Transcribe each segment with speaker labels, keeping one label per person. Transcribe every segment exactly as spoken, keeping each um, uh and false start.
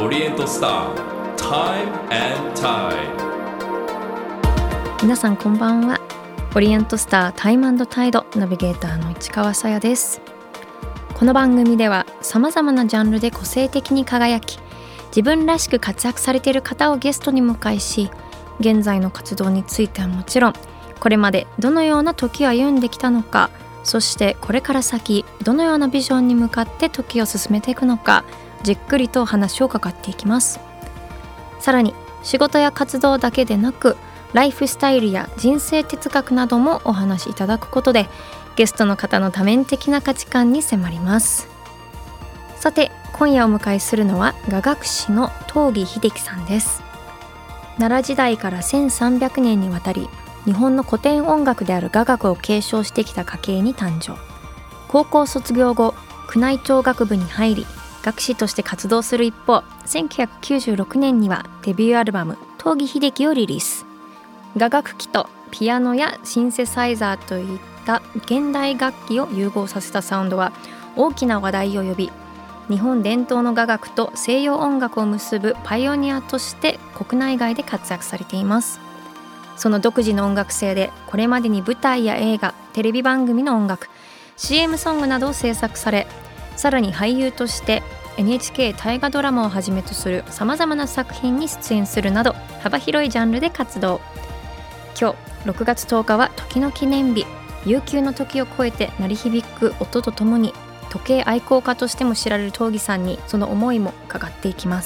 Speaker 1: オリエントスター Time and Tide。
Speaker 2: 皆さんこんばんは。オリエントスタータイム&タイドナビゲーターの市川さやです。この番組ではさまざまなジャンルで個性的に輝き、自分らしく活躍されている方をゲストに迎えし、現在の活動についてはもちろん、これまでどのような時を歩んできたのか、そしてこれから先どのようなビジョンに向かって時を進めていくのか、じっくりと話を伺っていきます。さらに仕事や活動だけでなく、ライフスタイルや人生哲学などもお話しいただくことで、ゲストの方の多面的な価値観に迫ります。さて今夜お迎えするのは雅楽師の東儀秀樹さんです。奈良時代からせんさんびゃくねんにわたり日本の古典音楽である雅楽を継承してきた家系に誕生。高校卒業後、宮内庁楽部に入り、楽師として活動する一方、せんきゅうひゃくきゅうじゅうろくねんにはデビューアルバム東儀秀樹をリリース。雅楽器とピアノやシンセサイザーといった現代楽器を融合させたサウンドは大きな話題を呼び、日本伝統の雅楽と西洋音楽を結ぶパイオニアとして国内外で活躍されています。その独自の音楽性でこれまでに舞台や映画、テレビ番組の音楽、 シーエム ソングなどを制作され、さらに俳優として エヌエイチケー 大河ドラマをはじめとするさまざまな作品に出演するなど幅広いジャンルで活動。今日ろくがつとおかは時の記念日。悠久の時を超えて鳴り響く音とともに時計愛好家としても知られる東儀さんにその思いも伺っていきます。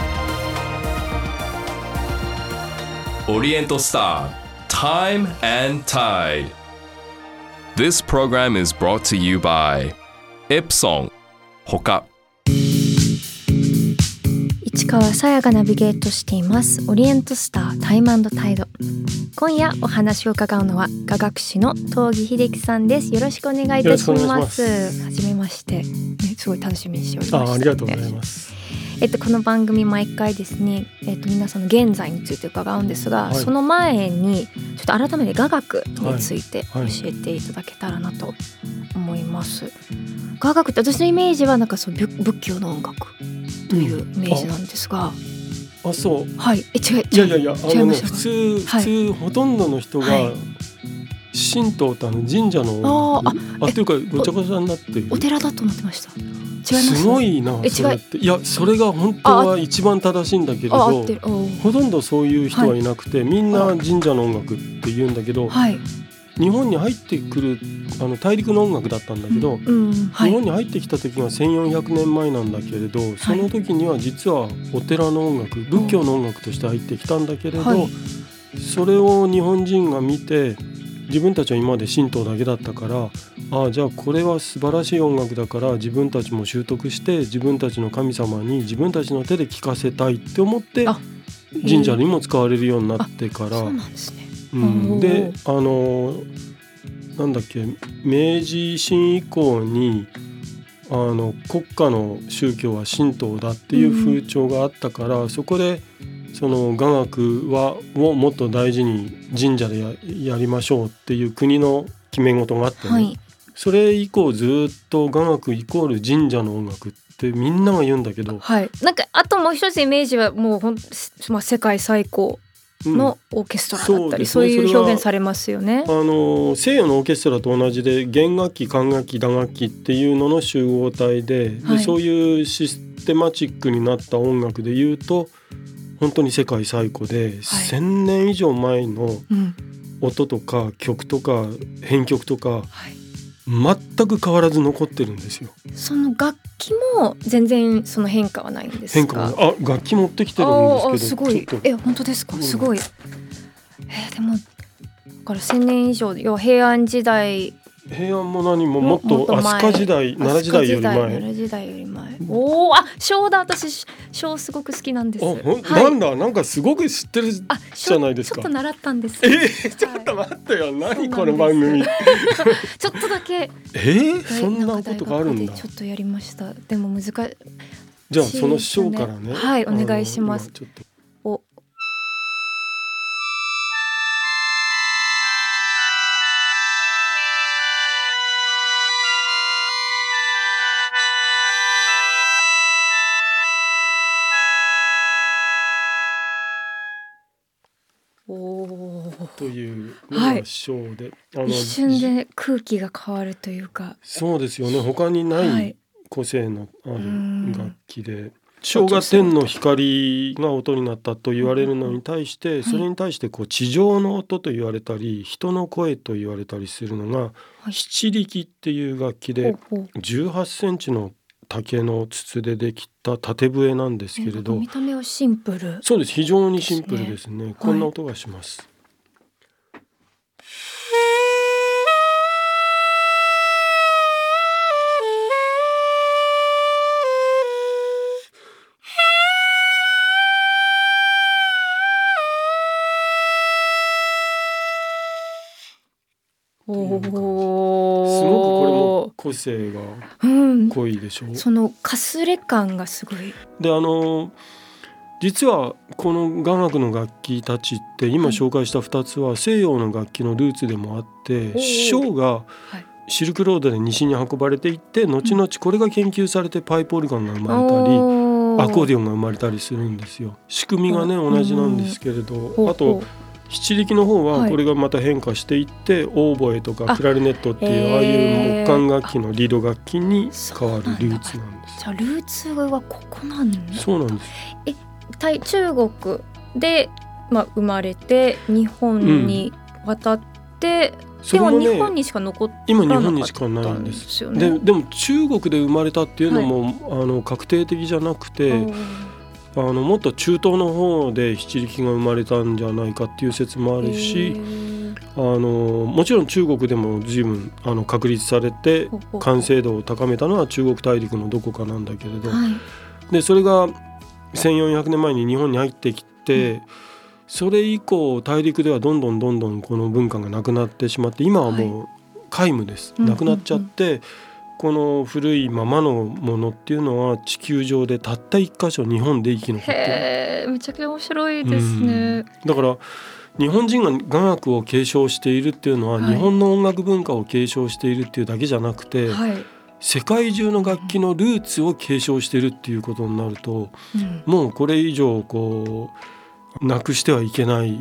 Speaker 1: オリエントスター Time and Tide。 This program is brought to you by エプソンほか。
Speaker 2: 市川さやがナビゲートしていますオリエントスタータイム&タイド。今夜お話を伺うのは雅楽師の東儀秀樹さんです。よろしくお願いいたします。はじめまして、ね、すごい楽しみにしておりました。
Speaker 3: あ, ありがとうございます。
Speaker 2: えっと、この番組毎回ですね、えっと、皆さんの現在について伺うんですが、はい、その前にちょっと改めて雅楽について教えていただけたらなと思います。はいはい、雅楽って私のイメージはなんかそう仏教の音楽というイメージなんですが、
Speaker 3: うん、あ, あそう
Speaker 2: はいえ違う
Speaker 3: いやいやいやあの、ね、普通、
Speaker 2: はい、
Speaker 3: 普通ほとんどの人が、はい、神道ってあの神社の音楽 あ, あっていうかごちゃごちゃになっている
Speaker 2: お, お寺だと思ってました。違います。
Speaker 3: すごいなそれって。いやそれが本当は一番正しいんだけれど、ほとんどそういう人はいなくて、はい、みんな神社の音楽って言うんだけど、はい、日本に入ってくるあの大陸の音楽だったんだけど、うんうんはい、日本に入ってきた時がせんよんひゃくねんまえなんだけれど、その時には実はお寺の音楽、仏教の音楽として入ってきたんだけれど、はい、それを日本人が見て、自分たちは今まで神道だけだったから、ああじゃあこれは素晴らしい音楽だから自分たちも習得して自分たちの神様に自分たちの手で聴かせたいって思って神社にも使われるようになってから、
Speaker 2: そうなんですね。
Speaker 3: うん、であのなんだっけ明治維新以降にあの国家の宗教は神道だっていう風潮があったから、うん、そこでその雅楽はをもっと大事に神社で や, やりましょうっていう国の決め事があってね、はい、それ以降ずっと雅楽イコール神社の音楽ってみんなが言うんだけど、
Speaker 2: はい、なんかあともう一つイメージはもうほん、まあ、世界最高のオーケストラだったり、うん そうですね、そういう表現されますよね。
Speaker 3: あの西洋のオーケストラと同じで弦楽器、管楽器、打楽器っていうのの集合体 で,、はい、でそういうシステマチックになった音楽でいうと本当に世界最古で、はい、せんねん以上前の音とか曲とか編曲とか、はい、全く変わらず残ってるんですよ。
Speaker 2: その楽器も全然その変化はないんですか？
Speaker 3: 変化はあ楽器持ってきてるんですけど、
Speaker 2: すごいえ本当ですか？すごい、えー、でもだからせんねん以上、要は平安時代、
Speaker 3: 平安も何ももっと飛鳥時代、奈良時代より前、
Speaker 2: 奈良時代より前、おーあ昭だ、私昭すごく好きなんです。あ、
Speaker 3: はい、なんだなんかすごく知ってるじゃないですか。
Speaker 2: ちょっと習ったんです。
Speaker 3: えー、ちょっと待ってよ、はい、何この番組
Speaker 2: ちょっとだけ
Speaker 3: えー、そんなことがあるんだ。
Speaker 2: ちょっとやりました。でも難しい。
Speaker 3: じゃあその章からね、
Speaker 2: はいお願いします。
Speaker 3: ちょっと
Speaker 2: お
Speaker 3: というのがショーで、
Speaker 2: はい、あの一瞬で空気が変わるというか。
Speaker 3: そうですよね。他にない個性のある楽器で、はい、ショーが天の光が音になったと言われるのに対して、それに対してこう地上の音と言われたり人の声と言われたりするのが七力っていう楽器で、じゅうはちセンチの竹の筒でできた縦笛なんですけれど、
Speaker 2: 見た目はシンプル。
Speaker 3: そうです。非常にシンプルですね。こんな音がします。
Speaker 2: お
Speaker 3: すごくこれも個性が濃いでしょう、うん、
Speaker 2: そのかすれ感がすごい。
Speaker 3: であの実はこの雅楽の楽器たちって今紹介したふたつは西洋の楽器のルーツでもあって、はい、ショーがシルクロードで西に運ばれていって、後々これが研究されてパイプオルガンが生まれたり、うん、アコーディオンが生まれたりするんですよ。仕組みがね同じなんですけれど、うん、あと七力の方はこれがまた変化していって、はい、オーボエとかクラリネットっていう あ, あいう木管楽器のリード楽器に変わるルーツなんです。
Speaker 2: じゃあルーツはここなんです。
Speaker 3: そうなんです。
Speaker 2: え中国で、まあ、生まれて日本に渡って、うん、でも日本にしか残ってなかったんですよね。
Speaker 3: 今日本にしかないんです。で, でも中国で生まれたっていうのも、はい、あの確定的じゃなくて、あのもっと中東の方で七力が生まれたんじゃないかっていう説もあるし、あのもちろん中国でも随分あの確立されて完成度を高めたのは中国大陸のどこかなんだけれど、はい、でそれがせんよんひゃくねんまえに日本に入ってきて、うん、それ以降大陸ではどんどんどんどんこの文化がなくなってしまって、今はもう皆無です、はい、なくなっちゃって、うんうんうん、この古いままのものっていうのは地球上でたった一箇所日本で生き残ってる。
Speaker 2: へー、めちゃくちゃ面白いですね、うん、
Speaker 3: だから日本人が雅楽を継承しているっていうのは、はい、日本の音楽文化を継承しているっていうだけじゃなくて、はい、世界中の楽器のルーツを継承しているっていうことになると、うん、もうこれ以上こうなくしてはいけない、うん、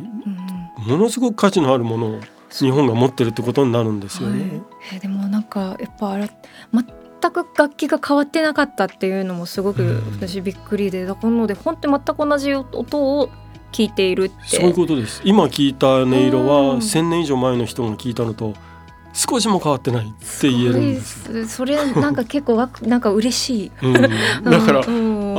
Speaker 3: ものすごく価値のあるものを日本が持ってるってことになるんですよね、はい、
Speaker 2: えでもなんかやっぱあら全く楽器が変わってなかったっていうのもすごく私びっくりで、だからので本当に全く同じ音を聞いているって、
Speaker 3: そういうことです。今聞いた音色はせんねん以上前の人が聞いたのと少しも変わってないって言えるんです。
Speaker 2: すそれなんか結構わなんか嬉しい、
Speaker 3: うん、だから、うん、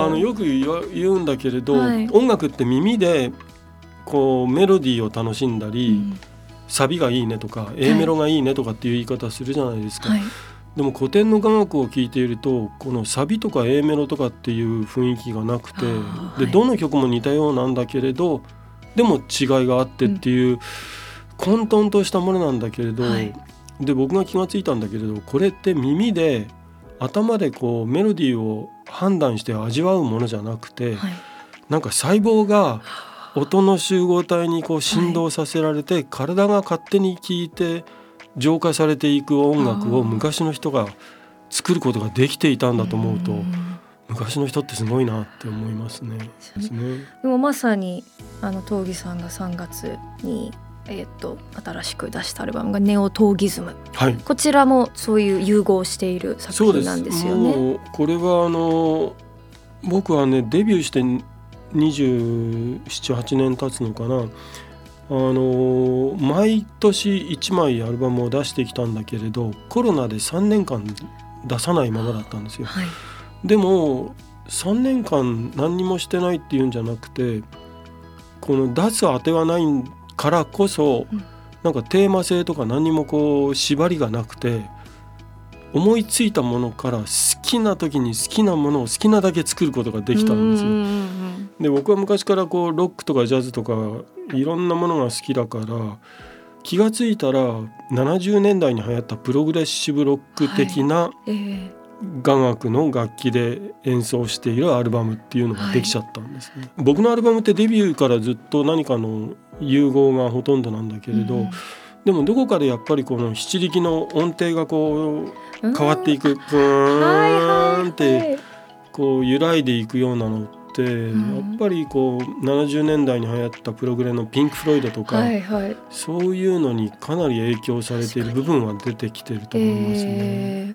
Speaker 3: あのよく言うんだけれど、はい、音楽って耳でこうメロディーを楽しんだり、うん、サビがいいねとか A メロがいいねとかっていう言い方するじゃないですか、はい、でも古典の雅楽を聴いているとこのサビとか A メロとかっていう雰囲気がなくて、でどの曲も似たようなんだけれどでも違いがあってっていう、うん、混沌としたものなんだけれど、はい、で僕が気がついたんだけれど、これって耳で頭でこうメロディーを判断して味わうものじゃなくて、はい、なんか細胞が音の集合体にこう振動させられて、はい、体が勝手に聴いて浄化されていく音楽を昔の人が作ることができていたんだと思うと、昔の人ってすごいなって思いますね。ですね。
Speaker 2: でもまさにあの東儀さんがさんがつにえー、と新しく出したアルバムがネオトーギズム、はい、こちらもそういう融合している作品なんですよね。
Speaker 3: そうです。もうこれはあの僕はねデビューしてにじゅうなな、はちねん経つのかな、あの毎年いちまいアルバムを出してきたんだけれど、コロナでさんねんかん出さないままだったんですよ、はい、でもさんねんかん何にもしてないっていうんじゃなくて、この出す当てはないからこそ、うん、なんかテーマ性とか何もこう縛りがなくて、思いついたものから好きな時に好きなものを好きなだけ作ることができたんですよ。で僕は昔からこうロックとかジャズとかいろんなものが好きだから、気がついたらななじゅうねんだいに流行ったプログレッシブロック的な、はいえー、雅楽の楽器で演奏しているアルバムっていうのができちゃったんですね、はい、僕のアルバムってデビューからずっと何かの融合がほとんどなんだけれど、うん、でもどこかでやっぱりこの七力の音程がこう変わっていく、ブーンってこう揺らいでいくようなのって、うん、やっぱりこうななじゅうねんだいに流行ったプログレのピンク・フロイドとか、はいはい、そういうのにかなり影響されている部分は出てきていると思いますね、え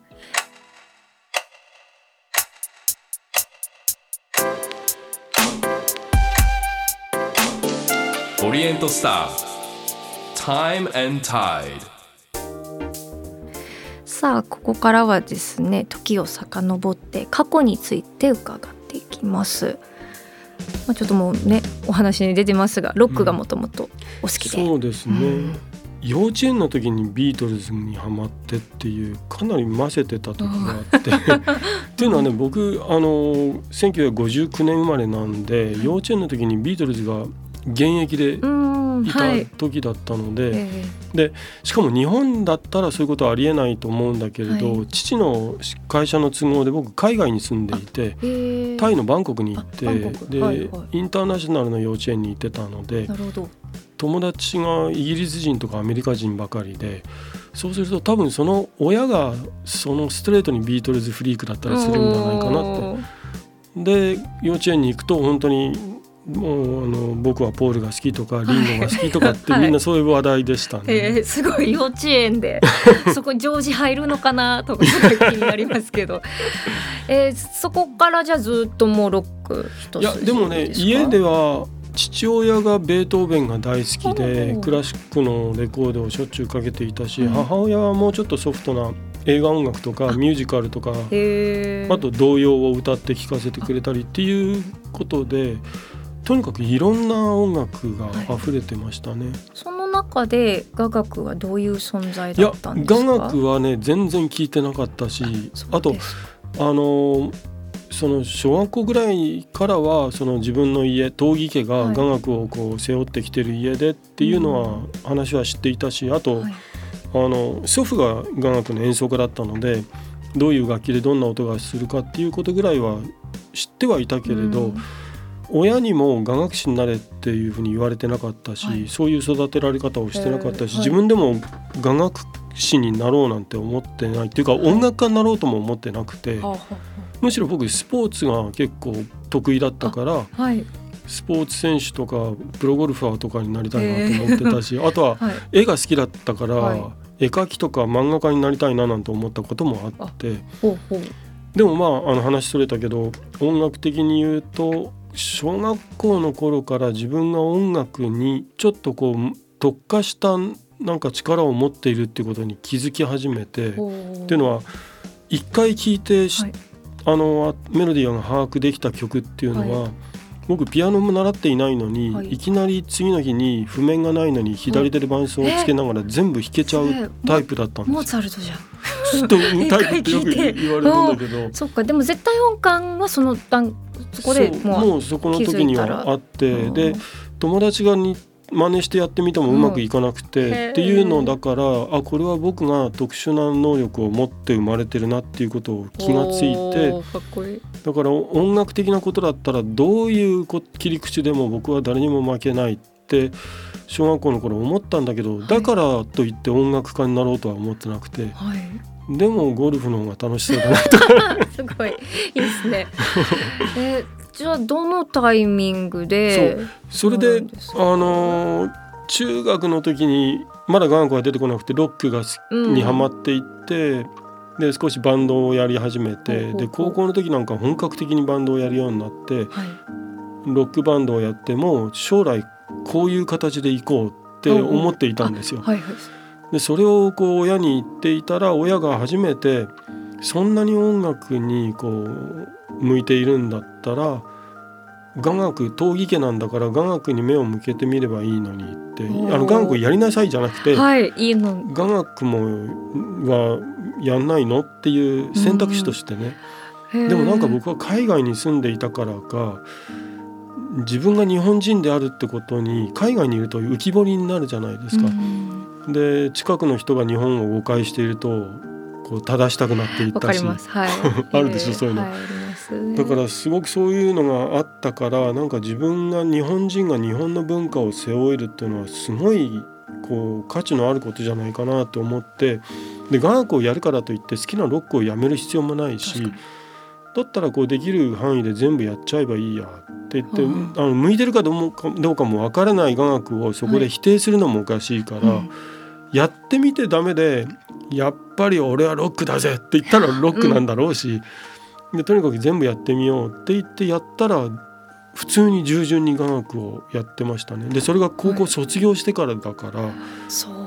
Speaker 1: ー、オリエントスター Time and Tide。
Speaker 2: さあここからはですね、時を遡って過去について伺っていきます。まあ、ちょっともうねお話に出てますが、ロックがもともとお好きで、
Speaker 3: うん、そうですね、うん、幼稚園の時にビートルズにハマってっていうかなり混ぜてた時があってっていうのはね、僕あのせんきゅうひゃくごじゅうきゅうねん生まれなんで、幼稚園の時にビートルズが現役でいた時だったので、はいえー、でしかも日本だったらそういうことはありえないと思うんだけれど、はい、父の会社の都合で僕海外に住んでいて、えー、タイのバンコクに行ってで、はいはい、インターナショナルの幼稚園に行ってたので、なるほど、友達がイギリス人とかアメリカ人ばかりで、そうすると多分その親がそのストレートにビートルズフリークだったりするんじゃないかなって。で幼稚園に行くと本当にもうあの僕はポールが好きとかリンゴが好きとかって、はい、みんなそういう話題でしたね、
Speaker 2: えー、すごい幼稚園でそこジョージ入るのかなとかすごい気になりますけど、えー、そこからじゃあずっともうロック一筋ですか？
Speaker 3: いやでもね、家では父親がベートーベンが大好きでクラシックのレコードをしょっちゅうかけていたし、うん、母親はもうちょっとソフトな映画音楽とかミュージカルとか あ, あと童謡を歌って聴かせてくれたりっていうことで、とにかくいろんな音楽が溢れてましたね、はい、
Speaker 2: その中で雅楽はどういう存在だったんですか？
Speaker 3: いや雅楽はね全然聴いてなかったし、あ, あとあのその小学校ぐらいからはその自分の家東儀家が雅楽をこう背負ってきてる家でっていうのは話は知っていたし、あと、はい、あの祖父が雅楽の演奏家だったのでどういう楽器でどんな音がするかっていうことぐらいは知ってはいたけれど、うん、親にも雅楽師になれっていうふうに言われてなかったし、はい、そういう育てられ方をしてなかったし、自分でも雅楽師になろうなんて思ってないっていうか、音楽家になろうとも思ってなくて、はい、むしろ僕スポーツが結構得意だったから、はい、スポーツ選手とかプロゴルファーとかになりたいなと思ってたし、あとは絵が好きだったから、はい、絵描きとか漫画家になりたいななんて思ったこともあって、ほうほう、でもまあ、あの話それたけど音楽的に言うと小学校の頃から自分が音楽にちょっとこう特化したなんか力を持っているっていうことに気づき始めて、っていうのは一回聴いて、はい、あのメロディーが把握できた曲っていうのは、はい、僕ピアノも習っていないのに、はい、いきなり次の日に譜面がないのに左手で伴奏をつけながら全部弾けちゃうタイプだったんです。
Speaker 2: モーツァルトじゃん
Speaker 3: ちょっとタイプってよく言われるんだけど
Speaker 2: そっか、でも絶対音感はそのそこでも う,
Speaker 3: もうそこの時にはあって、で友達がに真似してやってみてもうまくいかなくて、うん、っていうのだから、あこれは僕が特殊な能力を持って生まれてるなっていうことを気がついて、かっこいい。だから音楽的なことだったらどういう切り口でも僕は誰にも負けないって小学校の頃思ったんだけど、はい、だからといって音楽家になろうとは思ってなくて、はい、でもゴルフの方が楽しそうだなと
Speaker 2: すごいいいですねえじゃあどのタイミングで？
Speaker 3: そうそれであの中学の時にまだ雅楽は出てこなくてロックが、うん、にハマっていってで少しバンドをやり始めて、ほうほうほう、で高校の時なんか本格的にバンドをやるようになって、はい、ロックバンドをやっても将来こういう形で行こうって思っていたんですよ、はいはい、でそれをこう親に言っていたら親が初めてそんなに音楽にこう向いているんだったら雅楽東儀家なんだから雅楽に目を向けてみればいいのにって、あの雅楽をやりなさいじゃなくて、はい、いいの雅楽もはやんないのっていう選択肢としてね、うん、でもなんか僕は海外に住んでいたからか自分が日本人であるってことに海外にいると浮き彫りになるじゃないですか、うん、で近くの人が日本を誤解しているとこう正したくなっていったし、はい、あるでしょ、そういうの、はい、だからすごくそういうのがあったから、なんか自分が日本人が日本の文化を背負えるっていうのはすごいこう価値のあることじゃないかなと思って、で雅楽をやるからといって好きなロックをやめる必要もないし、 だったらこうできる範囲で全部やっちゃえばいいやって言って、うん、あの向いてるかどうかどうかもわからない雅楽をそこで否定するのもおかしいから、はい、うん、やってみてダメでやっぱり俺はロックだぜって言ったらロックなんだろうし、うん、でとにかく全部やってみようって言ってやったら普通に従順に雅楽をやってましたね。でそれが高校卒業してからだから、はい、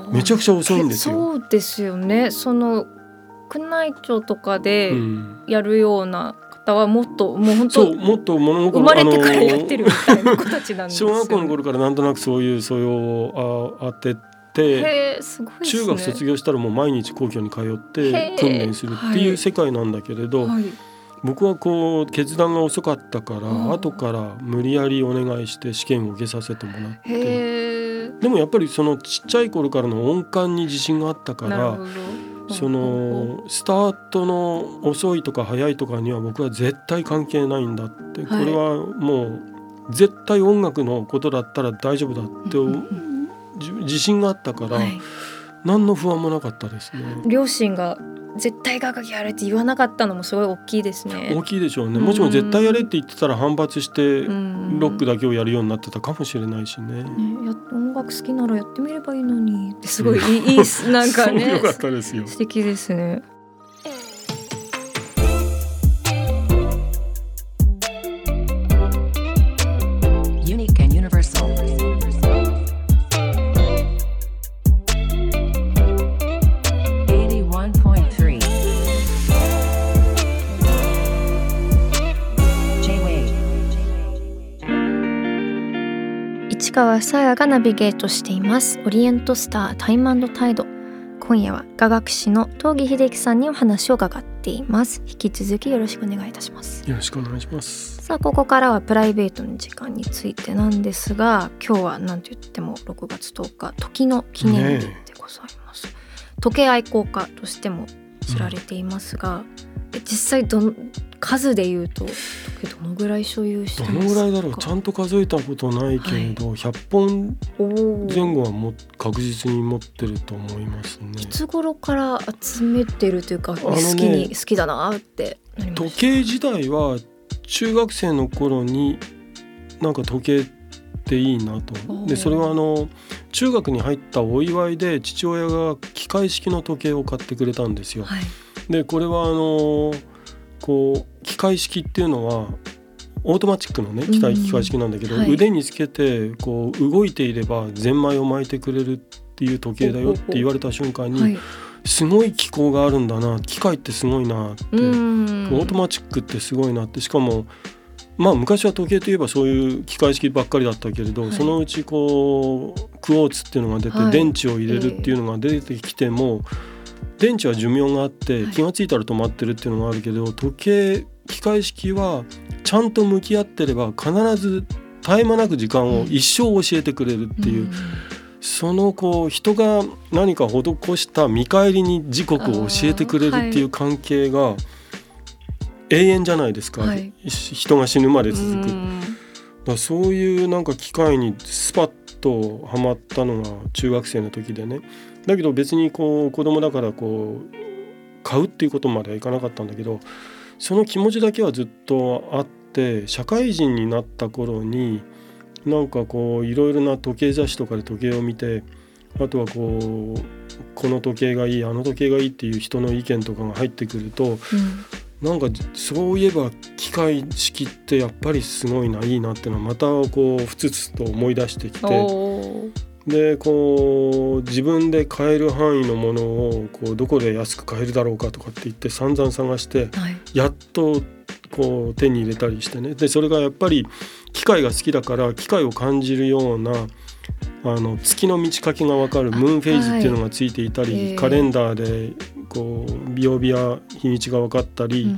Speaker 3: めちゃくちゃ遅いんですよ。
Speaker 2: そうですよね。その宮内庁とかでやるような方はもっと、うん、もう本当そうもっと物心生まれてからやってるみたいな子たちなんですよ、ね、
Speaker 3: 小学校の頃からなんとなくそういう素養を当てて、すごいですね、中学卒業したらもう毎日皇居に通って訓練するっていう世界なんだけれど、はいはい、僕はこう決断が遅かったから後から無理やりお願いして試験を受けさせてもらって、でもやっぱりそのちっちゃい頃からの音感に自信があったからそのスタートの遅いとか早いとかには僕は絶対関係ないんだって、これはもう絶対音楽のことだったら大丈夫だって自信があったから何の不安もなかったですね。
Speaker 2: 両親が絶対雅楽やれって言わなかったのもすごい大きいですね。
Speaker 3: 大きいでしょうね。もちろん絶対やれって言ってたら反発してロックだけをやるようになってたかもしれないしね。
Speaker 2: ね、や音楽好きならやってみればいいのにってすごいいい、いいなんかね
Speaker 3: よかったですよ。
Speaker 2: 素敵ですね。
Speaker 4: Unique and universal.
Speaker 2: 市川さやがナビゲートしていますオリエントスタータイム&タイド。今夜は雅楽師の東儀秀樹さんにお話を伺っています。引き続きよろしくお願いいたします。
Speaker 3: よろしくお願いします。
Speaker 2: さあここからはプライベートの時間についてなんですが、今日は何と言ってもろくがつとおか時の記念日でございます、ね、時計愛好家としても知られていますが、うん、実際ど数でいうと時計どのぐらい所有してますか？
Speaker 3: どのぐらいだろう、ちゃんと数えたことないけれど、はい、ひゃっぽん前後はも確実に持ってると思いますね。
Speaker 2: いつ頃から集めてるというか、ね、好きに好きだなってなりました。
Speaker 3: 時計自体は中学生の頃になんか時計っていいなと。でそれはあの中学に入ったお祝いで父親が機械式の時計を買ってくれたんですよ、はい、でこれはあのこう機械式っていうのはオートマチックのね機械機械式なんだけど、うんはい、腕につけてこう動いていればゼンマイを巻いてくれるっていう時計だよって言われた瞬間に、はい、すごい機構があるんだな、機械ってすごいなって、オートマチックってすごいなって。しかもまあ昔は時計といえばそういう機械式ばっかりだったけれど、はい、そのうちこうクォーツっていうのが出て、はい、電池を入れるっていうのが出てきても、えー電池は寿命があって気がついたら止まってるっていうのがあるけど、はい、時計機械式はちゃんと向き合ってれば必ず絶え間なく時間を一生教えてくれるっていう、うん、そのこう人が何か施した見返りに時刻を教えてくれるっていう関係が永遠じゃないですか、はい、人が死ぬまで続く。だからそういうなんか機械にスパッとハマったのが中学生の時でね。だけど別にこう子供だからこう買うっていうことまではいかなかったんだけど、その気持ちだけはずっとあって、社会人になった頃になんかこういろいろな時計雑誌とかで時計を見て、あとはこうこの時計がいいあの時計がいいっていう人の意見とかが入ってくると、うん、なんかそういえば機械式ってやっぱりすごいないいなっていうのはまたこうふつふつと思い出してきて、でこう自分で買える範囲のものをこうどこで安く買えるだろうかとかって言って散々探して、はい、やっとこう手に入れたりしてね。でそれがやっぱり機械が好きだから機械を感じるようなあの月の満ち欠けが分かるムーンフェイズっていうのがついていたり、はい、カレンダーでこう秒日や日にちが分かったり、うんうん、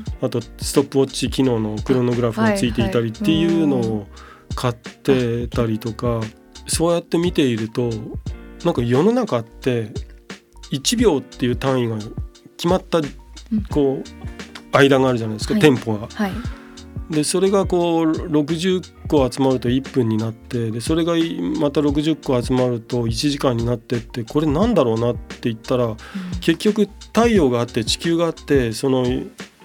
Speaker 3: あとストップウォッチ機能のクロノグラフがついていたりっていうのを買ってたりとか、そうやって見ているとなんか世の中っていちびょうっていう単位が決まったこう間があるじゃないですか、はい、テンポが、はい、でそれがこうろくじゅっこ集まるといっぷんになって、でそれがまたろくじゅっこ集まるといちじかんになってって、これなんだろうなって言ったら、うん、結局太陽があって地球があって、その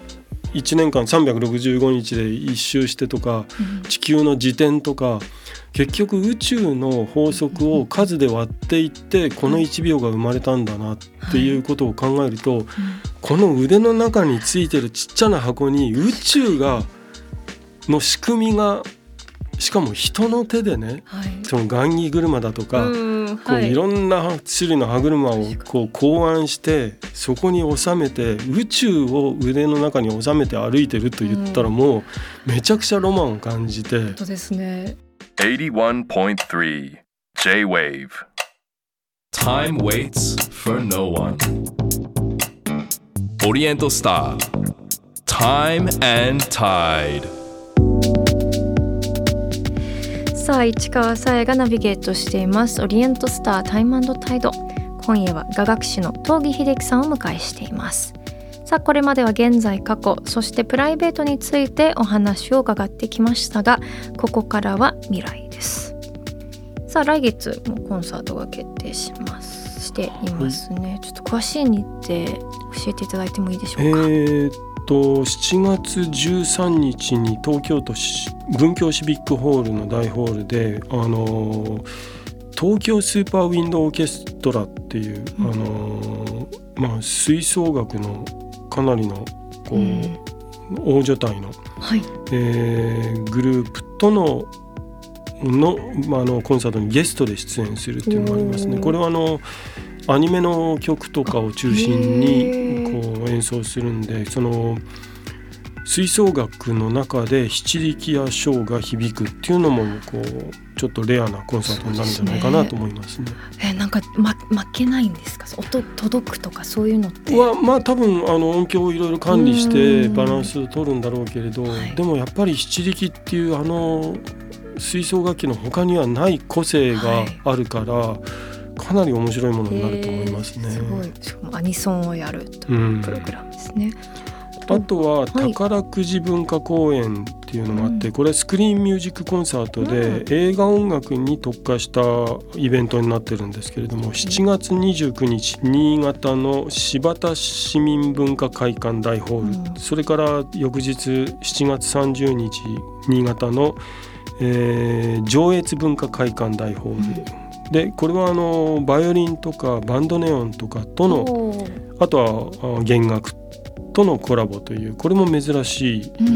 Speaker 3: いちねんかんさんびゃくろくじゅうごにちで一周してとか、うん、地球の自転とか結局宇宙の法則を数で割っていってこのいちびょうが生まれたんだなっていうことを考えると、はい、この腕の中についてるちっちゃな箱に宇宙がの仕組みがしかも人の手でね、はい、その雁木車だとかこういろんな種類の歯車をこう考案してそこに収めて宇宙を腕の中に収めて歩いてると言ったらもうめちゃくちゃロマンを感じて。
Speaker 2: 本当ですね。
Speaker 1: はちじゅういってんさん J-Wave Time waits for no one オリエントスター Time and Tide。
Speaker 2: さあ市川さやがナビゲートしていますオリエントスタータイム&タイド。今夜は雅楽師の東儀秀樹さんをお迎えしています。さあこれまでは現在過去そしてプライベートについてお話を伺ってきましたがここからは未来です。さあ来月もコンサートが決定しますしていますね、はい、ちょっと詳しい日程教えていただいてもいいでしょうか。
Speaker 3: えーとしちがつじゅうさんにちに東京都文京シビックホールの大ホールであの東京スーパーウィンドオーケストラっていう、うんあのまあ、吹奏楽のかなりのこう、うん、大所帯の、はいえー、グループとのの、まあ、あのコンサートにゲストで出演するっていうのがありますね。これはあのアニメの曲とかを中心にこう演奏するんでその吹奏楽の中で七力や小が響くっていうのもこうちょっとレアなコンサートになるんじゃないかなと思いますね。
Speaker 2: えなんか、ま、負けないんですか音届くとかそういうのって
Speaker 3: はまあ多分あの音響をいろいろ管理してバランスを取るんだろうけれど、はい、でもやっぱり七力っていうあの吹奏楽器の他にはない個性があるから、はいかなり面白いものになると思いますね。
Speaker 2: すごい。しかもアニソンをやるというプログラムですね。
Speaker 3: うん、あとは宝くじ文化公演っていうのがあって、はい、これはスクリーンミュージックコンサートで、うん、映画音楽に特化したイベントになってるんですけれども、しちがつにじゅうくにち新潟の新発田市民文化会館大ホール、うん、それから翌日しちがつさんじゅうにち新潟の、えー、上越文化会館大ホール、うんでこれはあのバイオリンとかバンドネオンとかとのあとは弦楽とのコラボというこれも珍しい、うん、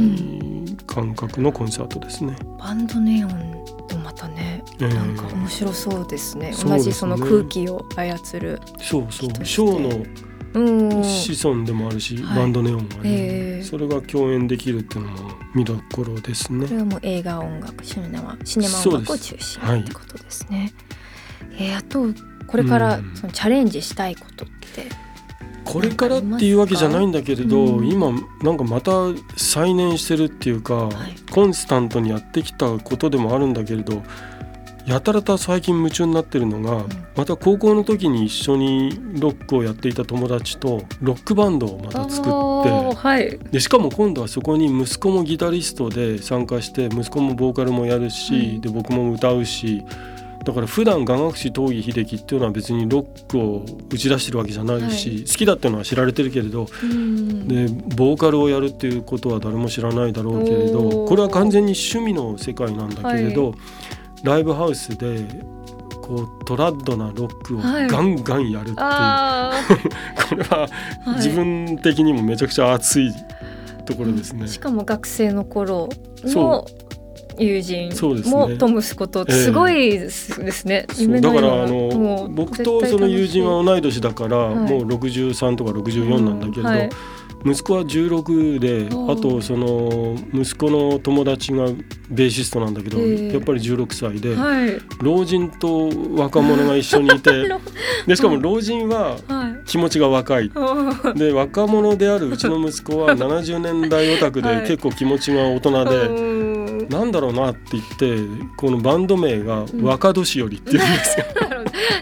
Speaker 3: 感覚のコンサートですね。
Speaker 2: バンドネオンとまたね、えー、なんか面白そうですね。同じその空気を操る
Speaker 3: そうそうショーの子孫でもあるし、バンドネオンはね、えー、それが共演できるっていうのも見どころですね。
Speaker 2: これはもう映画音楽シネマ、シネマ音楽を中心にってことですね。えー、あとこれからそのチャレンジしたいことって
Speaker 3: これからっていうわけじゃないんだけれど、うん、今なんかまた再燃してるっていうか、はい、コンスタントにやってきたことでもあるんだけれどやたらと最近夢中になってるのが、うん、また高校の時に一緒にロックをやっていた友達とロックバンドをまた作って、はい、でしかも今度はそこに息子もギタリストで参加して息子もボーカルもやるし、うん、で僕も歌うしだから普段雅楽師東儀秀樹っていうのは別にロックを打ち出してるわけじゃないし、はい、好きだっていうのは知られてるけれどでボーカルをやるっていうことは誰も知らないだろうけれどこれは完全に趣味の世界なんだけれど、はい、ライブハウスでこうトラッドなロックをガンガンやるっていう、はい、これは自分的にもめちゃくちゃ熱いところですね、うん、
Speaker 2: しかも学生の頃の友人もと息子とすごいですね、えー、夢のような
Speaker 3: だからあの僕とその友人は同い年だから、はい、もうろくじゅうさんとかろくじゅうよんなんだけれど、はい、息子はじゅうろくであとその息子の友達がベーシストなんだけど、えー、やっぱりじゅうろくさいで、はい、老人と若者が一緒にいてでしかも老人は気持ちが若い、はい、で若者であるうちの息子はななじゅうねんだいオタクで結構気持ちが大人で、はい、なんだろうなって言ってこのバンド名が若年寄りっていうんですよ、
Speaker 2: う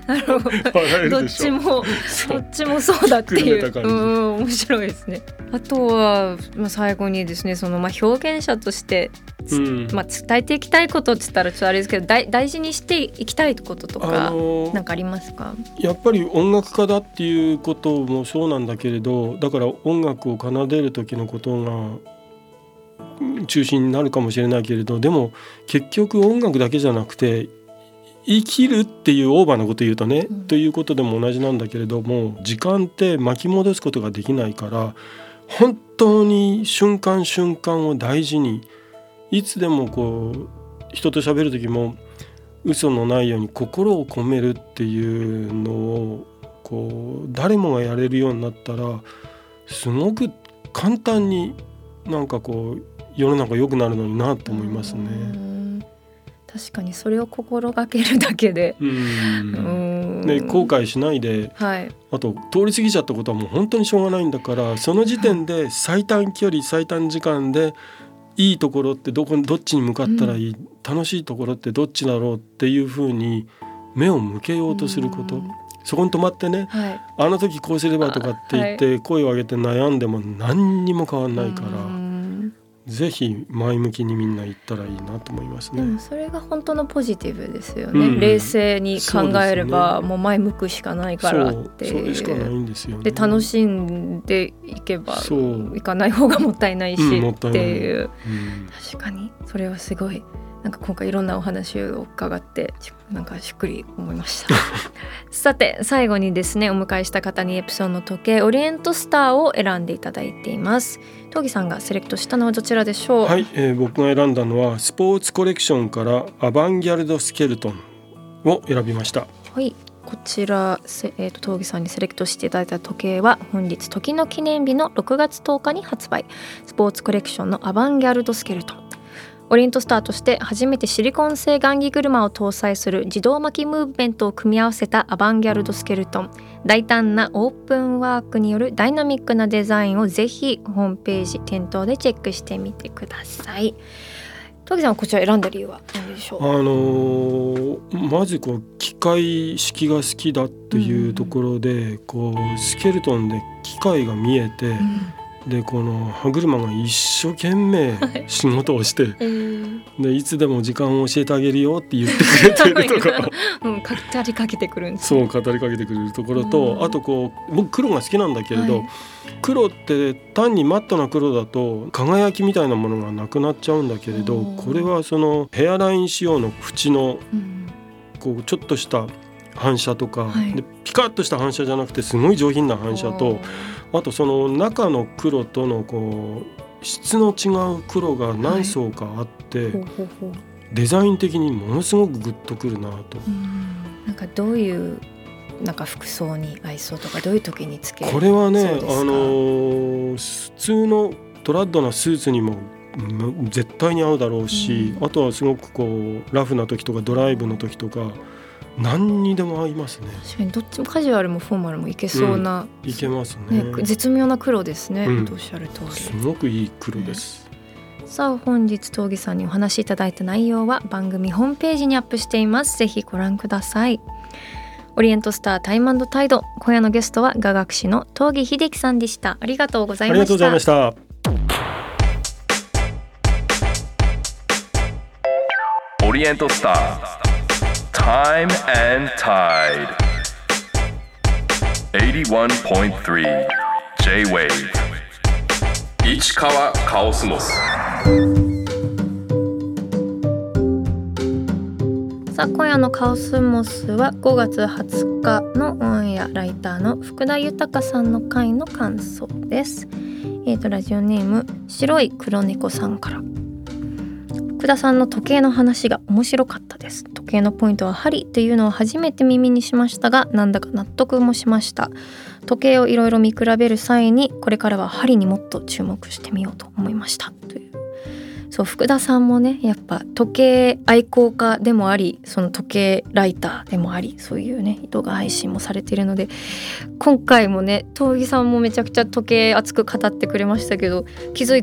Speaker 2: なるほどどっちもどっちもそうだっていう、うん、面白いですね。あとは、まあ、最後にですねその、まあ、表現者として、うんまあ、伝えていきたいことって言ったらちょっとあれですけど 大, 大事にしていきたいこととか、あのー、なんかありますか？
Speaker 3: やっぱり音楽家だっていうこともそうなんだけれど、だから音楽を奏でる時のことが中心になるかもしれないけれど、でも結局音楽だけじゃなくて生きるっていうオーバーなこと言うとね、うん、ということでも同じなんだけれども、時間って巻き戻すことができないから、本当に瞬間瞬間を大事に、いつでもこう人と喋る時も嘘のないように心を込めるっていうのをこう誰もがやれるようになったら、すごく簡単になんかこう世の中良くなるのになと思いますね。
Speaker 2: 確かにそれを心がけるだけで、うん
Speaker 3: うんね、後悔しないで、はい、あと通り過ぎちゃったことはもう本当にしょうがないんだから、その時点で最短距離最短時間でいいところってどこどっちに向かったらいい、うん、楽しいところってどっちだろうっていうふうに目を向けようとすること、うん、そこに止まってね、はい、あの時こうすればとかって言って声を上げて悩んでも何にも変わんないから、うんぜひ前向きにみんな言ったらいいなと思いますね。
Speaker 2: でもそれが本当のポジティブですよね、うん、冷静に考えればもう前向くしかないからっていう、
Speaker 3: そう、それしかないんですよね。
Speaker 2: で楽しんでいけばいかない方がもったいないし、うん、っていう、うん、確かにそれはすごいなんか今回いろんなお話を伺ってなんかしっくり思いましたさて最後にですねお迎えした方にエプソンの時計オリエントスターを選んでいただいています。東儀さんがセレクトしたのはどちらでしょう？
Speaker 3: はい、えー、僕が選んだのはスポーツコレクションからアバンギャルドスケルトンを選びました。
Speaker 2: はい、こちら、えー、と東儀さんにセレクトしていただいた時計は本日時の記念日のろくがつとおかに発売、スポーツコレクションのアバンギャルドスケルトン。オリエントスターとして初めてシリコン製雁木車を搭載する自動巻きムーブメントを組み合わせたアバンギャルドスケルトン。大胆なオープンワークによるダイナミックなデザインをぜひホームページ店頭でチェックしてみてください。東儀さんはこちら選んだ理由は何でしょう？
Speaker 3: あのー、まずこう機械式が好きだっていうところで、うん、こうスケルトンで機械が見えて、うんでこの歯車が一生懸命仕事をして、はいえー、でいつでも時間を教えてあげるよって言ってくれてるとか
Speaker 2: うん、語りかけてくるんです、
Speaker 3: ね、そう語りかけてくれるところと、うん、あとこう僕黒が好きなんだけれど、はい、黒って単にマットな黒だと輝きみたいなものがなくなっちゃうんだけれど、これはそのヘアライン仕様の縁のこうちょっとした反射とか、はい、でピカッとした反射じゃなくてすごい上品な反射と、あとその中の黒とのこう質の違う黒が何層かあって、はい、ほうほうほうデザイン的にものすごくグッとくるなと。
Speaker 2: うんなんかどういうなんか服装に合いそうとかどういう時につける
Speaker 3: これはね、あのー、普通のトラッドなスーツにも絶対に合うだろうし、うん、あとはすごくこうラフな時とかドライブの時とか何にでも合いますね。
Speaker 2: 確かにどっちもカジュアルもフォーマルもいけそうな、
Speaker 3: うん、いけますね。
Speaker 2: ね絶妙な黒ですね、うん、おっしゃる通り
Speaker 3: すごくいい黒です、
Speaker 2: ね、さあ本日東儀さんにお話しいただいた内容は番組ホームページにアップしています。ぜひご覧ください。オリエントスタータイム&タイド、今夜のゲストは雅楽師の東儀秀樹さんでした。ありがとうございました。
Speaker 3: ありがとうございました。
Speaker 1: オリエントスターTime and Tide はちじゅういちてんさん J-Wave 市川カオスモス。
Speaker 2: さあ今夜のカオスモスはごがつはつかのオンエア、ライターの福田豊さんの回の感想です。えーとラジオネーム白い黒猫さんから、福田さんの時計の話が面白かったです。時計のポイントは針というのを初めて耳にしましたが、なんだか納得もしました。時計をいろいろ見比べる際にこれからは針にもっと注目してみようと思いましたという。そう福田さんもねやっぱ時計愛好家でもあり、その時計ライターでもあり、そういうね動画配信もされているので、今回もね東儀さんもめちゃくちゃ時計熱く語ってくれましたけど、気づいたら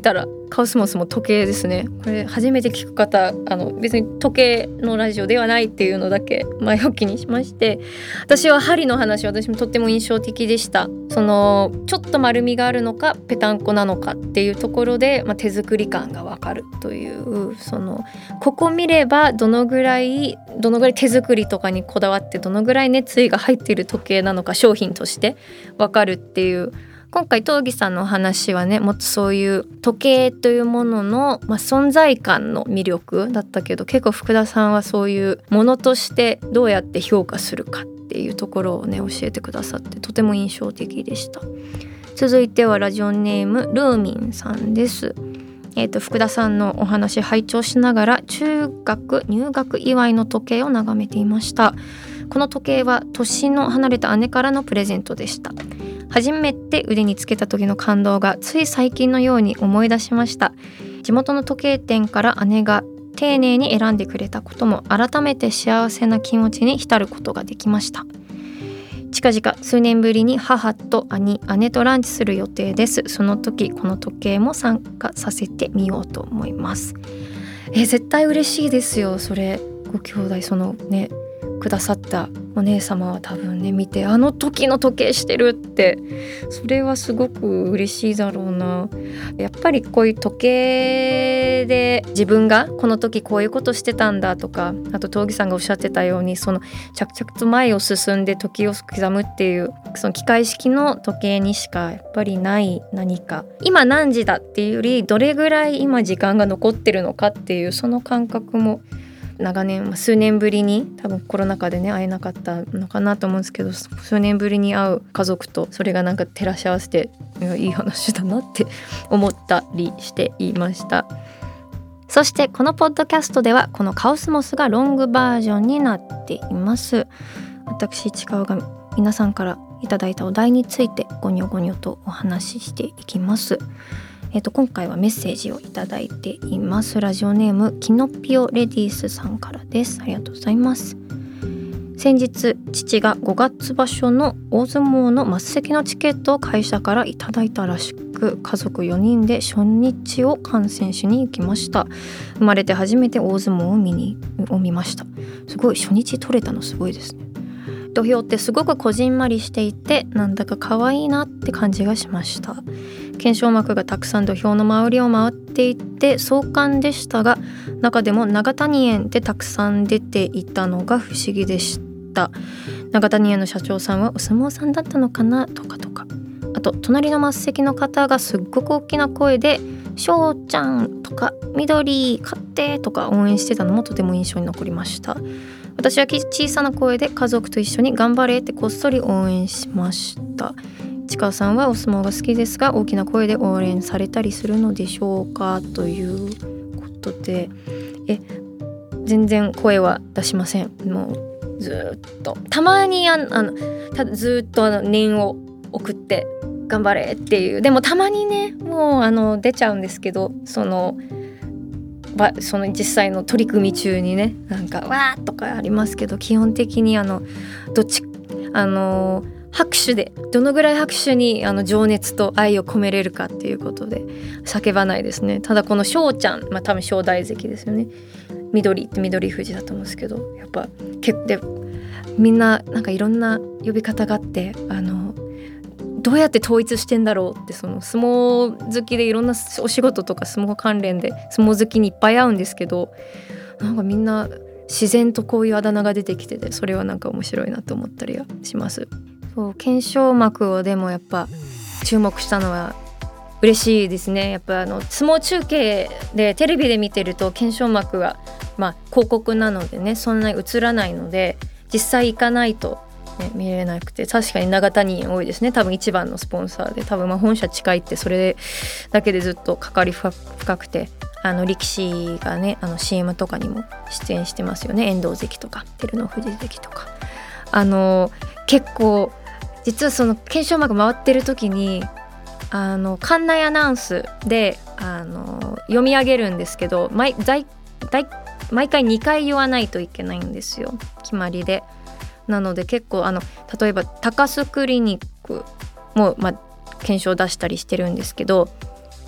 Speaker 2: カオスモスも時計ですね。これ初めて聞く方、あの別に時計のラジオではないっていうのだけ前置きにしまして、私は針の話、私もとっても印象的でした。そのちょっと丸みがあるのかペタンコなのかっていうところで、まあ、手作り感がわかるという、そのここ見ればどのぐらいどのぐらい手作りとかにこだわってどのぐらい熱意が入っている時計なのか、商品としてわかるっていう。今回東儀さんのお話はね、もっとそういう時計というものの、まあ、存在感の魅力だったけど、結構福田さんはそういうものとしてどうやって評価するかっていうところをね教えてくださって、とても印象的でした。続いてはラジオネームルーミンさんです。えーと、福田さんのお話拝聴しながら中学入学祝いの時計を眺めていました。この時計は年の離れた姉からのプレゼントでした。初めて腕につけた時の感動がつい最近のように思い出しました。地元の時計店から姉が丁寧に選んでくれたことも改めて幸せな気持ちに浸ることができました。近々数年ぶりに母と兄、姉とランチする予定です。その時この時計も参加させてみようと思います。えー、絶対嬉しいですよ。それご兄弟、そのねくださったお姉様は多分ね見て、あの時の時計してるって、それはすごく嬉しいだろうな。やっぱりこういう時計で自分がこの時こういうことしてたんだとか、あと東儀さんがおっしゃってたように、その着々と前を進んで時を刻むっていう、その機械式の時計にしかやっぱりない何か、今何時だっていうよりどれぐらい今時間が残ってるのかっていう、その感覚も長年、数年ぶりに、多分コロナ禍でね会えなかったのかなと思うんですけど、数年ぶりに会う家族とそれがなんか照らし合わせて、いい話だなって思ったりしていました。そしてこのポッドキャストではこのカオスモスがロングバージョンになっています。私ちかわが皆さんからいただいたお題についてゴニョゴニョとお話ししていきます。えーと、今回はメッセージをいただいています。ラジオネームキノピオレディースさんからです。ありがとうございます。先日父がごがつ場所の大相撲の末席のチケットを会社からいただいたらしく、家族よにんで初日を観戦しに行きました。生まれて初めて大相撲を見にを見ました。すごい、初日取れたのすごいですね。土俵ってすごくこじんまりしていて、なんだか可愛いなって感じがしました。懸賞幕がたくさん土俵の周りを回っていて壮観でしたが、中でも長谷園ってたくさん出ていたのが不思議でした。長谷園の社長さんはお相撲さんだったのかなとかとか、あと隣の末席の方がすっごく大きな声でしょうちゃんとか緑買ってとか応援してたのもとても印象に残りました。私は小さな声で家族と一緒に頑張れってこっそり応援しました。ちかさんはお相撲が好きですが、大きな声で応援されたりするのでしょうか、ということで、え全然声は出しません。もうずっとたまにああのたずっとあの念を送って頑張れっていう、でもたまにねもうあの出ちゃうんですけど、そのばその実際の取り組み中にねなんかわーとかありますけど、基本的にあのどっちあの拍手でどのぐらい拍手にあの情熱と愛を込めれるかっていうことで叫ばないですね。ただこの翔ちゃん、まあ多分正代関ですよね。緑って緑富士だと思うんですけど、やっぱ結構でみんななんかいろんな呼び方があって、あのどうやって統一してんだろうって、その相撲好きでいろんなお仕事とか相撲関連で相撲好きにいっぱい会うんですけど、なんかみんな自然とこういうあだ名が出てきてて、それはなんか面白いなと思ったりはします。そう、懸賞幕をでもやっぱ注目したのは嬉しいですね。やっぱあの相撲中継でテレビで見てると懸賞幕はまあ広告なのでねそんなに映らないので、実際行かないと、ね、見れなくて、確かに長谷園多いですね。多分一番のスポンサーで、多分まあ本社近いってそれだけでずっと関わり深くて、あの力士がねあの シーエム とかにも出演してますよね。遠藤関とか照ノ富士関とか、あの結構実はその懸賞幕回ってる時にあの館内アナウンスであの読み上げるんですけど、毎, 毎回にかい言わないといけないんですよ、決まりで。なので結構あの例えば高須クリニックも、まあ、検証出したりしてるんですけど、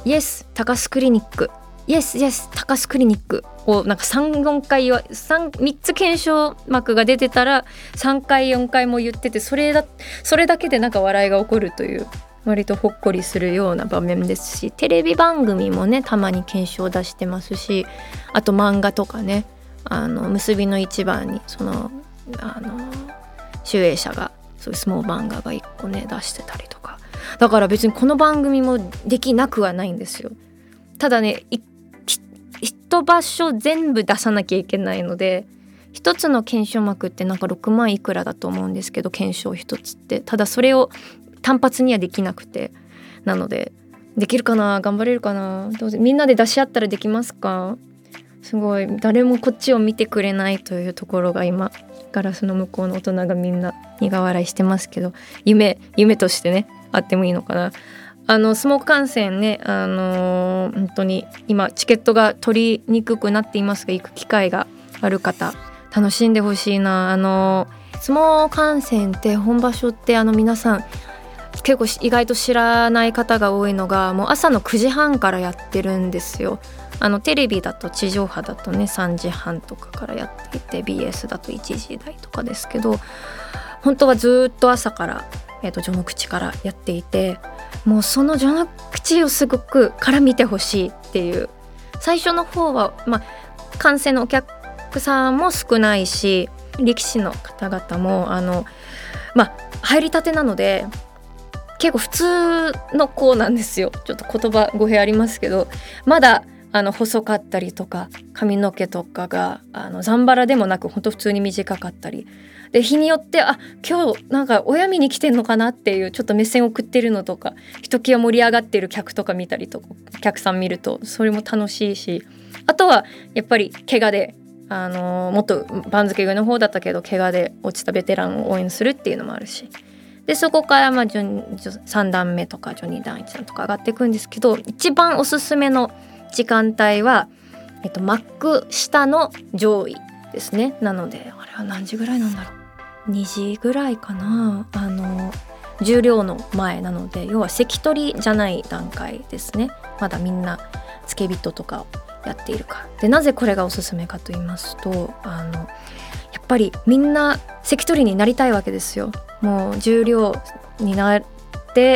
Speaker 2: イエス高須クリニック、イエスイエス高須クリニックをなんかさん、よんかいはみっつ検証幕が出てたらさんかいよんかいも言ってて、それだそれだけでなんか笑いが起こるという割とほっこりするような場面ですし、テレビ番組もねたまに検証出してますし、あと漫画とかね、あの結びの一番にそのあの集英社がそういう相撲漫画がいっこね出してたりとか、だから別にこの番組もできなくはないんですよ。ただね一場所全部出さなきゃいけないので、一つの検証幕ってなんかろくまんいくらだと思うんですけど、検証一つって。ただそれを単発にはできなくて、なのでできるかな、頑張れるかな、どうぞみんなで出し合ったらできますか。すごい誰もこっちを見てくれないというところが今ガラスの向こうの大人がみんな苦笑いしてますけど、夢夢としてねあってもいいのかな。あの相撲観戦ね、あのー、本当に今チケットが取りにくくなっていますが、行く機会がある方楽しんでほしいな。あのー、相撲観戦って本場所ってあの皆さん結構意外と知らない方が多いのが、もう朝のくじはんからやってるんですよ。あのテレビだと地上波だとねさんじはんとかからやっていて、 ビーエス だといちじ台とかですけど、本当はずっと朝から、えーと、序の口からやっていて、もうその序の口をすごくから見てほしいっていう。最初の方は、まあ、観戦のお客さんも少ないし、力士の方々もあの、まあ、入りたてなので結構普通の子なんですよ。ちょっと言葉語弊ありますけど、まだあの細かったりとか髪の毛とかがあのざんばらでもなく本当普通に短かったりで、日によってあ今日なんか親見に来てんのかなっていうちょっと目線を送ってるのとか、ひときわ盛り上がってる客とか見たりとか、お客さん見るとそれも楽しいし、あとはやっぱり怪我であのもっと番付上の方だったけど怪我で落ちたベテランを応援するっていうのもあるし、でそこからまあさん段目とかに段いち段とか上がっていくんですけど、一番おすすめの時間帯は、えっと、幕下の上位ですね。なのであれは何時ぐらいなんだろう、にじぐらいかな。あの十両の前なので、要は関取じゃない段階ですね。まだみんな付け人とかをやっているからで、なぜこれがおすすめかと言いますと、あのやっぱりみんな関取になりたいわけですよ。もう十両になって、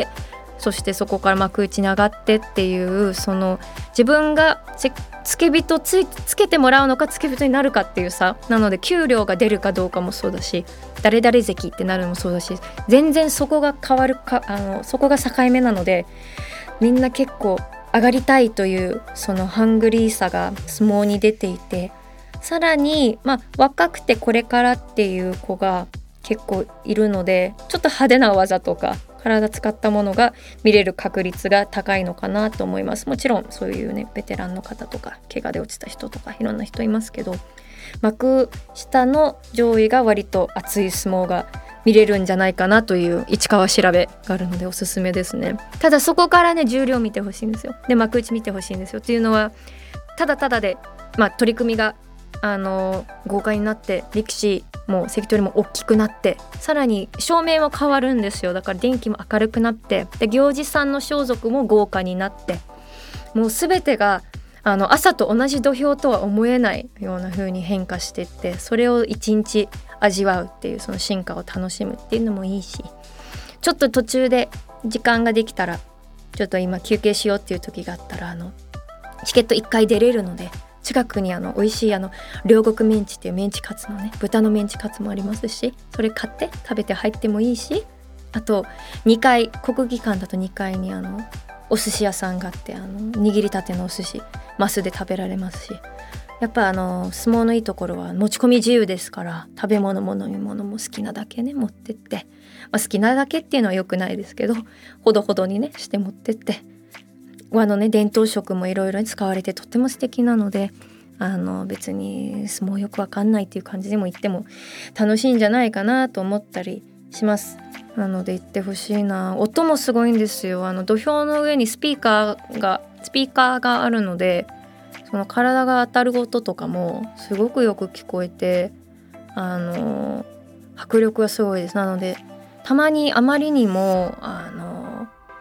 Speaker 2: そしてそこから幕内に上がってっていう、その自分が付け人ついつけてもらうのか付け人になるかっていう差なので、給料が出るかどうかもそうだし、誰々関ってなるのもそうだし、全然そこが変わるか、あのそこが境目なので、みんな結構上がりたいというそのハングリーさが相撲に出ていて、さらに、まあ、若くてこれからっていう子が結構いるので、ちょっと派手な技とか体使ったものが見れる確率が高いのかなと思います。もちろんそういうねベテランの方とか怪我で落ちた人とかいろんな人いますけど、幕下の上位が割と熱い相撲が見れるんじゃないかなという市川調べがあるのでおすすめですね。ただそこからね十両見てほしいんですよ。で幕内見てほしいんですよ。っていうのはただただで、まあ、取り組みがあの豪華になって、力士も関取も大きくなって、さらに照明も変わるんですよ。だから電気も明るくなって、で行司さんの装束も豪華になって、もう全てがあの朝と同じ土俵とは思えないような風に変化していって、それを一日味わうっていう、その進化を楽しむっていうのもいいし、ちょっと途中で時間ができたらちょっと今休憩しようっていう時があったら、あのチケットいっかい出れるので、近くにあの美味しいあの両国メンチっていうメンチカツのね、豚のメンチカツもありますし、それ買って食べて入ってもいいし、あとにかい国技館だとにかいにあのお寿司屋さんがあって、あの握りたてのお寿司マスで食べられますし、やっぱあの相撲のいいところは持ち込み自由ですから、食べ物も飲み物も好きなだけね持ってって、まあ、好きなだけっていうのは良くないですけど、ほどほどにねして持ってって、和のね伝統食もいろいろ使われてとっても素敵なので、あの別に相撲よくわかんないっていう感じでも行っても楽しいんじゃないかなと思ったりします。なので行ってほしいな。音もすごいんですよ。あの土俵の上にスピーカーがスピーカーがあるので、その体が当たる音とかもすごくよく聞こえて、あの迫力がすごいです。なのでたまにあまりにもあの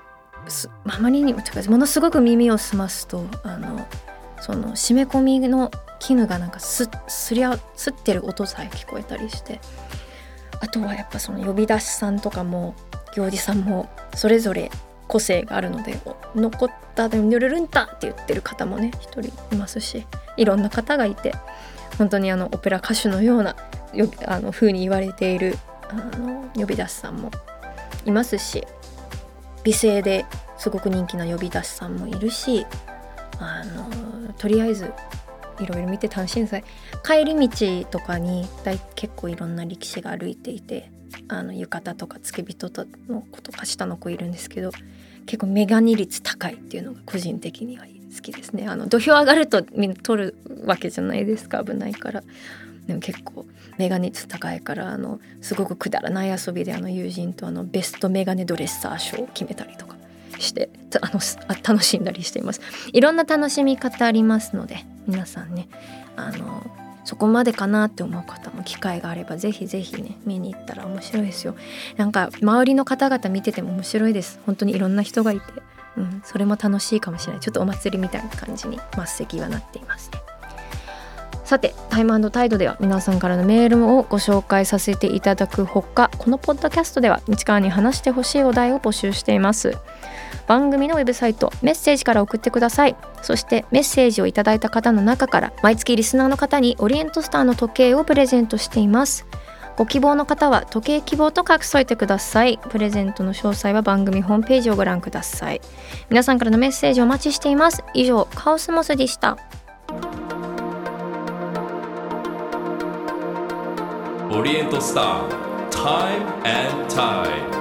Speaker 2: あまりにもものすごく耳を澄ますとあのその締め込みの絹がなんか す, すりゃすってる音さえ聞こえたりして、あとはやっぱその呼び出しさんとかも行司さんもそれぞれ個性があるので、残ったでぬるるんたって言ってる方もね一人いますし、いろんな方がいて、本当にあのオペラ歌手のようなよあの風に言われているあの呼び出しさんもいますし、美声ですごく人気な呼び出しさんもいるし、あのとりあえずいろいろ見て楽しんでください。帰り道とかに大結構いろんな力士が歩いていて、あの浴衣とか付け人の子とか下の子いるんですけど、結構メガネ率高いっていうのが個人的には好きですね。あの土俵上がるとみんな取るわけじゃないですか、危ないから。でも結構メガネ率高いから、あのすごくくだらない遊びであの友人とあのベストメガネドレッサー賞を決めたりとかしてあのあ楽しんだりしています。いろんな楽しみ方ありますので、皆さんねあのそこまでかなって思う方も機会があればぜひぜひね見に行ったら面白いですよ。なんか周りの方々見てても面白いです。本当にいろんな人がいて、うん、それも楽しいかもしれない。ちょっとお祭りみたいな感じに末席はなっていますね。さてタイム&タイドでは皆さんからのメールをご紹介させていただくほか、このポッドキャストでは市川に話してほしいお題を募集しています。番組のウェブサイトメッセージから送ってください。そしてメッセージをいただいた方の中から毎月リスナーの方にオリエントスターの時計をプレゼントしています。ご希望の方は時計希望と書き添えてください。プレゼントの詳細は番組ホームページをご覧ください。皆さんからのメッセージをお待ちしています。以上カオスモスでした。
Speaker 1: オリエントスター Time and Tide。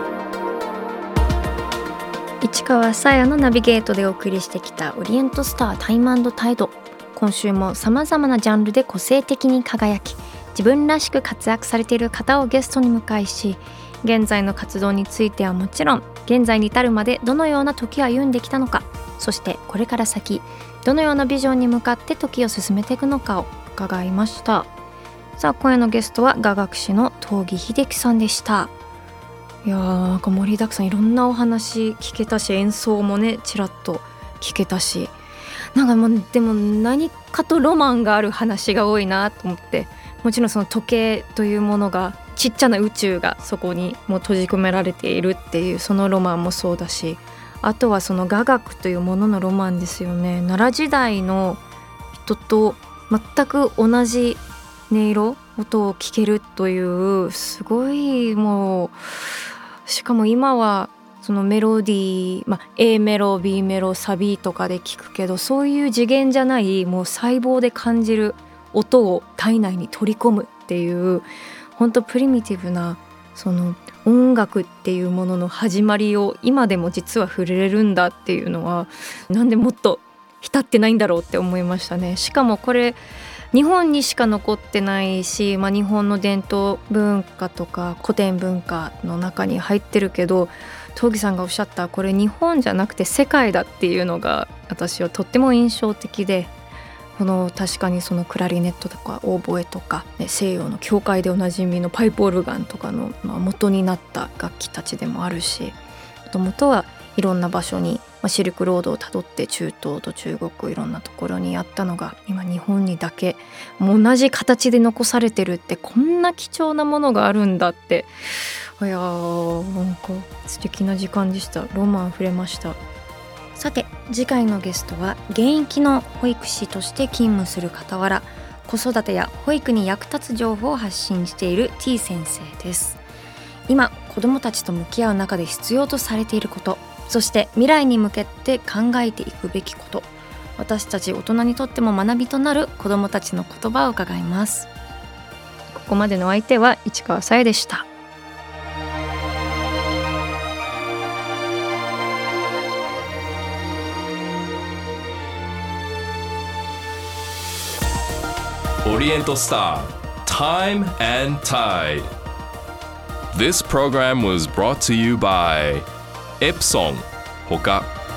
Speaker 2: 市川さやのナビゲートでお送りしてきたオリエントスタータイム&タイド。今週もさまざまなジャンルで個性的に輝き、自分らしく活躍されている方をゲストに迎えし、現在の活動についてはもちろん、現在に至るまでどのような時を歩んできたのか、そしてこれから先どのようなビジョンに向かって時を進めていくのかを伺いました。さあ今夜のゲストは雅楽師の東儀秀樹さんでした。いやーなんか盛りだくさん、いろんなお話聞けたし、演奏もねちらっと聞けたし、なんかもうでも何かとロマンがある話が多いなと思って、もちろんその時計というものが、ちっちゃな宇宙がそこにもう閉じ込められているっていうそのロマンもそうだし、あとはその雅楽というもののロマンですよね。奈良時代の人と全く同じ音色音を聞けるというすごい、もうしかも今はそのメロディー、まあ、A メロ B メロサビとかで聞くけど、そういう次元じゃない、もう細胞で感じる音を体内に取り込むっていう本当プリミティブなその音楽っていうものの始まりを今でも実は触れれるんだっていうのは、なんでもっと浸ってないんだろうって思いましたね。しかもこれ日本にしか残ってないし、まあ、日本の伝統文化とか古典文化の中に入ってるけど、東儀さんがおっしゃったこれ日本じゃなくて世界だっていうのが私はとっても印象的で、この確かにそのクラリネットとかオーボエとか、ね、西洋の教会でおなじみのパイプオルガンとかの、まあ、元になった楽器たちでもあるし、もともとはいろんな場所に、まあ、シルクロードをたどって中東と中国いろんなところにあったのが今日本にだけ同じ形で残されてるって、こんな貴重なものがあるんだって、いやーなんか素敵な時間でした。ロマンあふれました。さて次回のゲストは現役の保育士として勤務する傍ら、子育てや保育に役立つ情報を発信している T 先生です。今子どもたちと向き合う中で必要とされていること、そして未来に向けて考えていくべきこと、私たち大人にとっても学びとなる子どもたちの言葉を伺います。ここまでの相手は市川さやでした。
Speaker 1: オリエントスター Time and Tide. This program was brought to you by Epson ほか